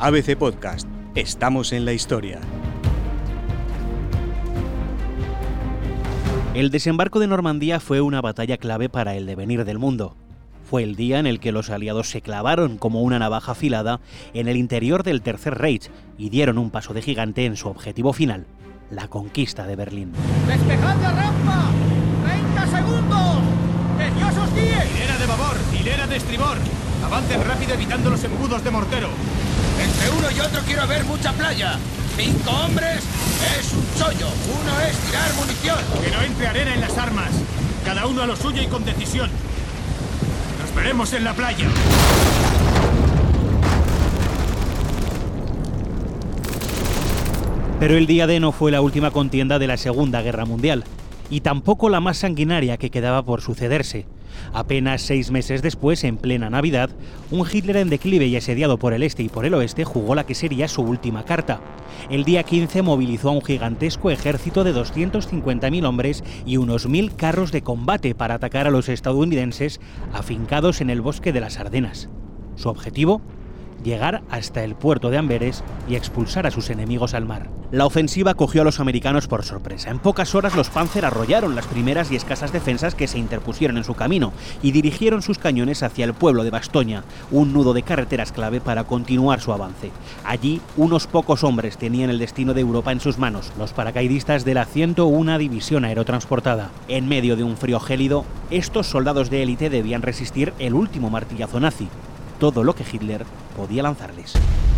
ABC Podcast. Estamos en la historia. El desembarco de Normandía fue una batalla clave para el devenir del mundo. Fue el día en el que los aliados se clavaron como una navaja afilada en el interior del Tercer Reich y dieron un paso de gigante en su objetivo final, la conquista de Berlín. ¡Despejad la rampa! ¡30 segundos! ¡Que Dios os guíe! Hilera de babor, hilera de estribor. Avancen rápido evitando los embudos de mortero. Entre uno y otro quiero ver mucha playa. 5 hombres es un chollo. Uno es tirar munición. Que no entre arena en las armas. Cada uno a lo suyo y con decisión. Nos veremos en la playa. Pero el día D no fue la última contienda de la Segunda Guerra Mundial, y tampoco la más sanguinaria que quedaba por sucederse. Apenas 6 meses después, en plena Navidad, un Hitler en declive y asediado por el este y por el oeste jugó la que sería su última carta. El día 15 movilizó a un gigantesco ejército de 250.000 hombres y unos 1.000 carros de combate para atacar a los estadounidenses afincados en el bosque de las Ardenas. Su objetivo: llegar hasta el puerto de Amberes y expulsar a sus enemigos al mar. La ofensiva cogió a los americanos por sorpresa. En pocas horas los Panzer arrollaron las primeras y escasas defensas que se interpusieron en su camino y dirigieron sus cañones hacia el pueblo de Bastoña, un nudo de carreteras clave para continuar su avance. Allí, unos pocos hombres tenían el destino de Europa en sus manos, los paracaidistas de la 101 División Aerotransportada. En medio de un frío gélido, estos soldados de élite debían resistir el último martillazo nazi, todo lo que Hitler podía lanzarles.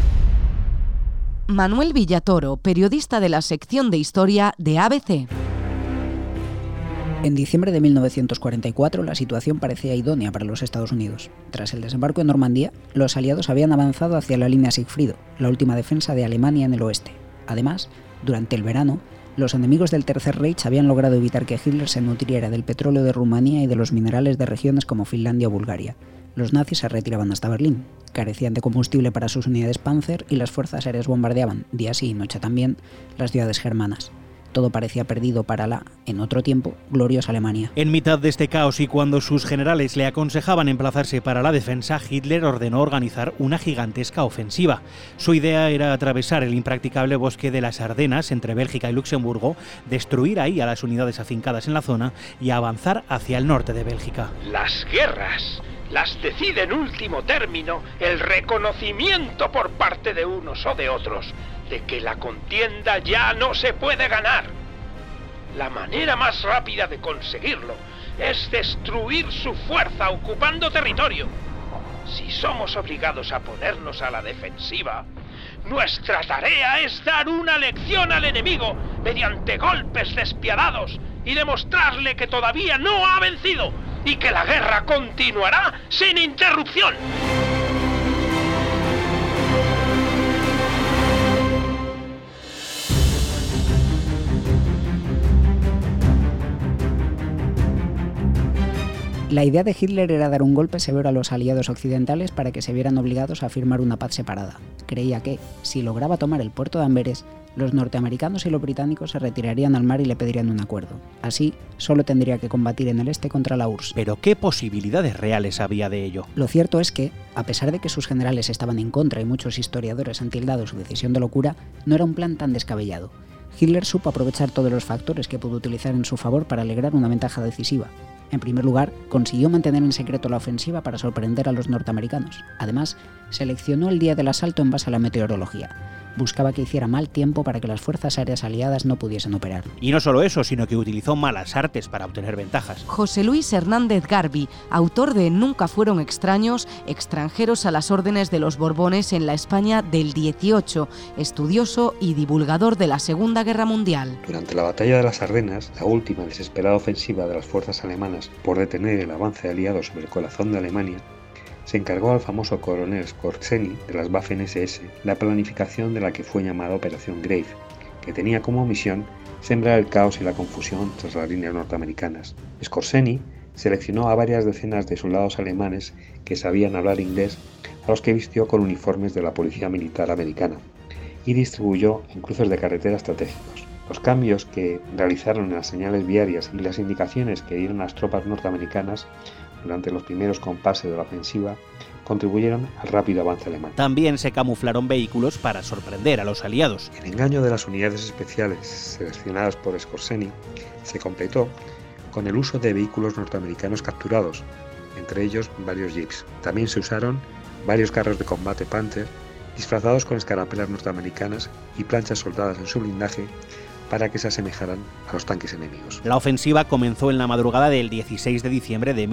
Manuel Villatoro, periodista de la sección de Historia de ABC. En diciembre de 1944 la situación parecía idónea para los Estados Unidos. Tras el desembarco en Normandía, los aliados habían avanzado hacia la línea Sigfrido, la última defensa de Alemania en el oeste. Además, durante el verano, los enemigos del Tercer Reich habían logrado evitar que Hitler se nutriera del petróleo de Rumanía y de los minerales de regiones como Finlandia o Bulgaria. Los nazis se retiraban hasta Berlín, carecían de combustible para sus unidades Panzer y las fuerzas aéreas bombardeaban, día sí y noche también, las ciudades germanas. Todo parecía perdido para la, en otro tiempo, gloriosa Alemania. En mitad de este caos y cuando sus generales le aconsejaban emplazarse para la defensa, Hitler ordenó organizar una gigantesca ofensiva. Su idea era atravesar el impracticable bosque de las Ardenas entre Bélgica y Luxemburgo, destruir ahí a las unidades afincadas en la zona y avanzar hacia el norte de Bélgica. Las guerras las decide en último término el reconocimiento por parte de unos o de otros de que la contienda ya no se puede ganar. La manera más rápida de conseguirlo es destruir su fuerza ocupando territorio. Si somos obligados a ponernos a la defensiva, nuestra tarea es dar una lección al enemigo mediante golpes despiadados y demostrarle que todavía no ha vencido y que la guerra continuará sin interrupción. La idea de Hitler era dar un golpe severo a los aliados occidentales para que se vieran obligados a firmar una paz separada. Creía que, si lograba tomar el puerto de Amberes, los norteamericanos y los británicos se retirarían al mar y le pedirían un acuerdo. Así, solo tendría que combatir en el este contra la URSS. ¿Pero qué posibilidades reales había de ello? Lo cierto es que, a pesar de que sus generales estaban en contra y muchos historiadores han tildado su decisión de locura, no era un plan tan descabellado. Hitler supo aprovechar todos los factores que pudo utilizar en su favor para lograr una ventaja decisiva. En primer lugar, consiguió mantener en secreto la ofensiva para sorprender a los norteamericanos. Además, seleccionó el día del asalto en base a la meteorología. Buscaba que hiciera mal tiempo para que las fuerzas aéreas aliadas no pudiesen operar. Y no solo eso, sino que utilizó malas artes para obtener ventajas. José Luis Hernández Garbi, autor de Nunca fueron extraños, extranjeros a las órdenes de los Borbones en la España del 18, estudioso y divulgador de la Segunda Guerra Mundial. Durante la batalla de las Ardenas, la última desesperada ofensiva de las fuerzas alemanas por detener el avance aliado sobre el corazón de Alemania, se encargó al famoso coronel Skorzeny de las Waffen-SS la planificación de la que fue llamada Operación Grave, que tenía como misión sembrar el caos y la confusión tras las líneas norteamericanas. Skorzeny seleccionó a varias decenas de soldados alemanes que sabían hablar inglés, a los que vistió con uniformes de la policía militar americana, y distribuyó en cruces de carretera estratégicos. Los cambios que realizaron en las señales viarias y las indicaciones que dieron las tropas norteamericanas durante los primeros compases de la ofensiva contribuyeron al rápido avance alemán. También se camuflaron vehículos para sorprender a los aliados. El engaño de las unidades especiales seleccionadas por Skorzeny se completó con el uso de vehículos norteamericanos capturados, entre ellos varios jeeps. También se usaron varios carros de combate Panther disfrazados con escarapelas norteamericanas y planchas soldadas en su blindaje para que se asemejaran a los tanques enemigos. La ofensiva comenzó en la madrugada del 16 de diciembre de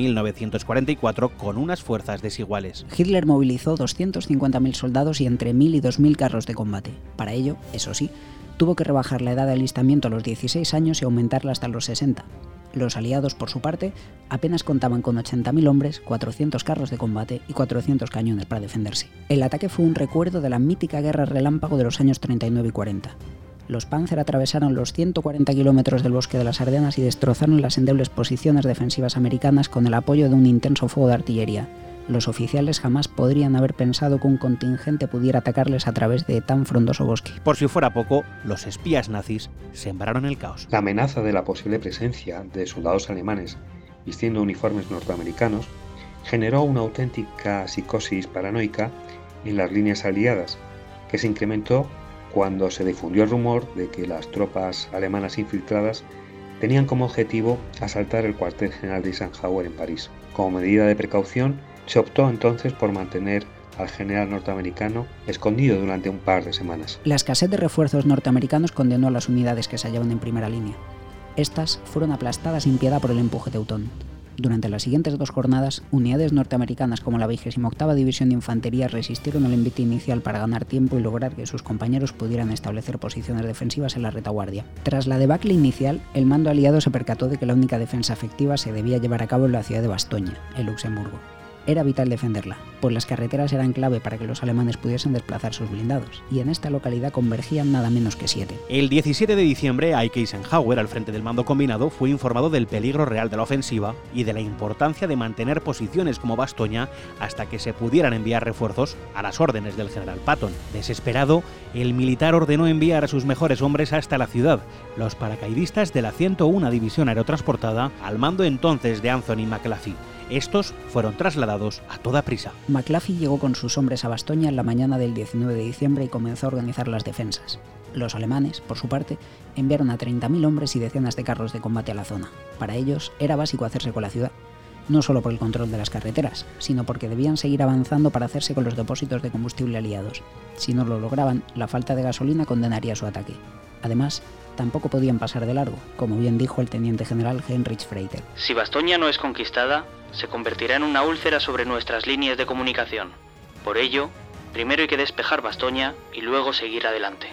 1944 con unas fuerzas desiguales. Hitler movilizó 250.000 soldados y entre 1.000 y 2.000 carros de combate. Para ello, eso sí, tuvo que rebajar la edad de alistamiento a los 16 años y aumentarla hasta los 60. Los aliados, por su parte, apenas contaban con 80.000 hombres, 400 carros de combate y 400 cañones para defenderse. El ataque fue un recuerdo de la mítica guerra relámpago de los años 39 y 40. Los Panzer atravesaron los 140 kilómetros del bosque de las Ardenas y destrozaron las endebles posiciones defensivas americanas con el apoyo de un intenso fuego de artillería. Los oficiales jamás podrían haber pensado que un contingente pudiera atacarles a través de tan frondoso bosque. Por si fuera poco, los espías nazis sembraron el caos. La amenaza de la posible presencia de soldados alemanes vistiendo uniformes norteamericanos generó una auténtica psicosis paranoica en las líneas aliadas, que se incrementó cuando se difundió el rumor de que las tropas alemanas infiltradas tenían como objetivo asaltar el cuartel general de Eisenhower en París. Como medida de precaución, se optó entonces por mantener al general norteamericano escondido durante un par de semanas. La escasez de refuerzos norteamericanos condenó a las unidades que se hallaban en primera línea. Estas fueron aplastadas sin piedad por el empuje teutón. Durante las siguientes 2 jornadas, unidades norteamericanas como la 28ª División de Infantería resistieron al envite inicial para ganar tiempo y lograr que sus compañeros pudieran establecer posiciones defensivas en la retaguardia. Tras la debacle inicial, el mando aliado se percató de que la única defensa efectiva se debía llevar a cabo en la ciudad de Bastoña, en Luxemburgo. Era vital defenderla, pues las carreteras eran clave para que los alemanes pudiesen desplazar sus blindados, y en esta localidad convergían nada menos que 7. El 17 de diciembre, Ike Eisenhower, al frente del mando combinado, fue informado del peligro real de la ofensiva y de la importancia de mantener posiciones como Bastoña hasta que se pudieran enviar refuerzos a las órdenes del general Patton. Desesperado, el militar ordenó enviar a sus mejores hombres hasta la ciudad, los paracaidistas de la 101 División Aerotransportada, al mando entonces de Anthony McLaughlin. Estos fueron trasladados a toda prisa. McLaughlin llegó con sus hombres a Bastoña en la mañana del 19 de diciembre y comenzó a organizar las defensas. Los alemanes, por su parte, enviaron a 30.000 hombres y decenas de carros de combate a la zona. Para ellos era básico hacerse con la ciudad, no solo por el control de las carreteras, sino porque debían seguir avanzando para hacerse con los depósitos de combustible aliados. Si no lo lograban, la falta de gasolina condenaría su ataque. Además, tampoco podían pasar de largo, como bien dijo el teniente general Heinrich Freiter. Si Bastoña no es conquistada, se convertirá en una úlcera sobre nuestras líneas de comunicación. Por ello, primero hay que despejar Bastoña y luego seguir adelante.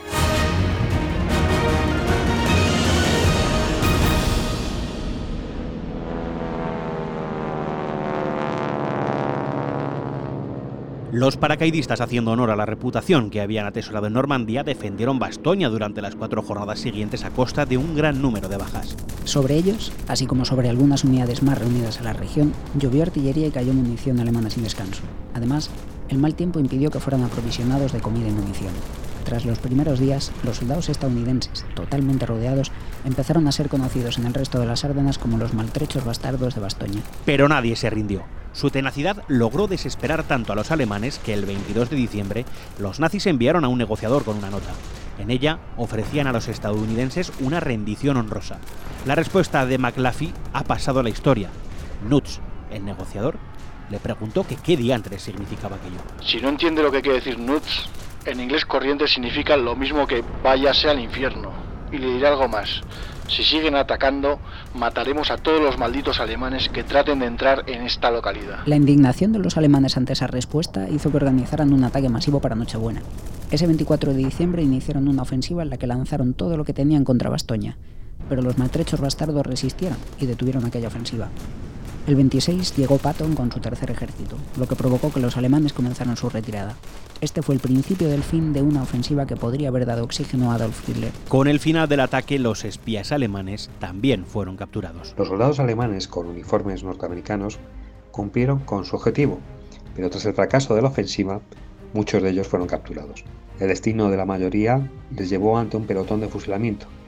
Los paracaidistas, haciendo honor a la reputación que habían atesorado en Normandía, defendieron Bastoña durante las 4 jornadas siguientes a costa de un gran número de bajas. Sobre ellos, así como sobre algunas unidades más reunidas en la región, llovió artillería y cayó munición alemana sin descanso. Además, el mal tiempo impidió que fueran aprovisionados de comida y munición. Tras los primeros días, los soldados estadounidenses, totalmente rodeados, empezaron a ser conocidos en el resto de las Ardenas como los maltrechos bastardos de Bastoña. Pero nadie se rindió. Su tenacidad logró desesperar tanto a los alemanes que el 22 de diciembre los nazis enviaron a un negociador con una nota. En ella ofrecían a los estadounidenses una rendición honrosa. La respuesta de McLaughlin ha pasado a la historia. Nutz, el negociador, le preguntó que qué diantres significaba aquello. Si no entiende lo que quiere decir Nutz, en inglés corriente significa lo mismo que váyase al infierno. Y le diré algo más. Si siguen atacando, mataremos a todos los malditos alemanes que traten de entrar en esta localidad. La indignación de los alemanes ante esa respuesta hizo que organizaran un ataque masivo para Nochebuena. Ese 24 de diciembre iniciaron una ofensiva en la que lanzaron todo lo que tenían contra Bastoña, pero los maltrechos bastardos resistieron y detuvieron aquella ofensiva. El 26 llegó Patton con su tercer ejército, lo que provocó que los alemanes comenzaran su retirada. Este fue el principio del fin de una ofensiva que podría haber dado oxígeno a Adolf Hitler. Con el final del ataque, los espías alemanes también fueron capturados. Los soldados alemanes con uniformes norteamericanos cumplieron con su objetivo, pero tras el fracaso de la ofensiva, muchos de ellos fueron capturados. El destino de la mayoría les llevó ante un pelotón de fusilamiento,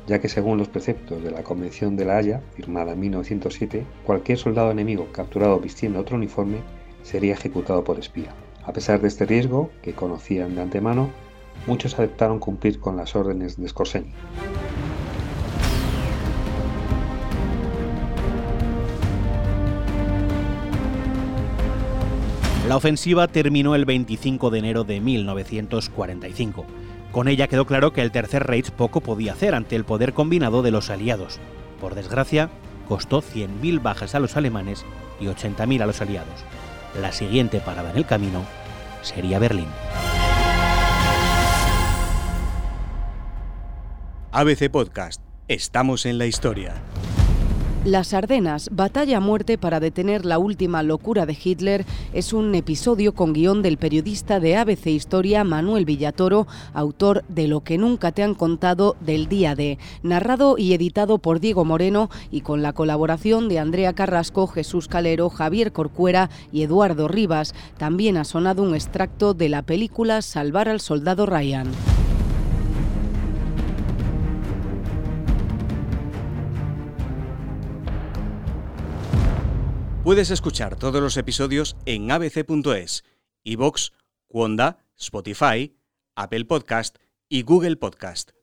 ya que según los preceptos de la Convención de La Haya, firmada en 1907, cualquier soldado enemigo capturado vistiendo otro uniforme sería ejecutado por espía. A pesar de este riesgo, que conocían de antemano, muchos aceptaron cumplir con las órdenes de Skorzeny. La ofensiva terminó el 25 de enero de 1945. Con ella quedó claro que el Tercer Reich poco podía hacer ante el poder combinado de los aliados. Por desgracia, costó 100.000 bajas a los alemanes y 80.000 a los aliados. La siguiente parada en el camino sería Berlín. ABC Podcast. Estamos en la historia. Las Ardenas, batalla a muerte para detener la última locura de Hitler, es un episodio con guión del periodista de ABC Historia Manuel Villatoro, autor de Lo que nunca te han contado del día D, narrado y editado por Diego Moreno y con la colaboración de Andrea Carrasco, Jesús Calero, Javier Corcuera y Eduardo Rivas. También ha sonado un extracto de la película Salvar al soldado Ryan. Puedes escuchar todos los episodios en abc.es, iVoox, Wonda, Spotify, Apple Podcast y Google Podcast.